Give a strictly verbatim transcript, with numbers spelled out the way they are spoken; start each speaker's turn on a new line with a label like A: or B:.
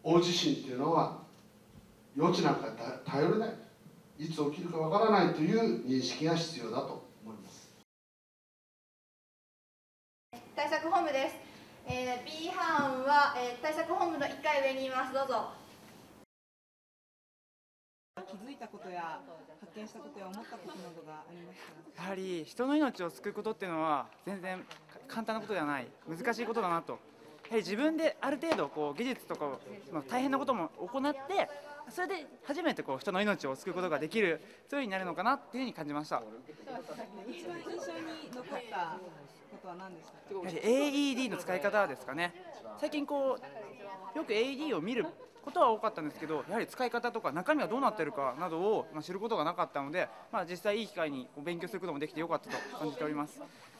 A: 大地震っていうのは予知なんか頼れない、いつ起きるかわからないという認識が必要だと思います。
B: 対策本部です。えー、B 班は、えー、対策本部のいっかい上にいます。どうぞ。
C: 気づいたことや発見したことや思ったことなどがありました
D: やはり人の命を救うことっていうのは全然簡単なことではない、難しいことだなと。やはり自分である程度こう技術とかを、まあ、大変なことも行って、それで初めてこう人の命を救うことができるツールになるのかなっていうふうに感じました。
C: 一番印象に残ったことは何でしたか？
D: やはり エーイーディー の使い方ですかね。最近こうよく エーイーディー を見ることは多かったんですけど、やはり使い方とか中身はどうなっているかなどを知ることがなかったので、まあ、実際いい機会に勉強することもできてよかったと感じております。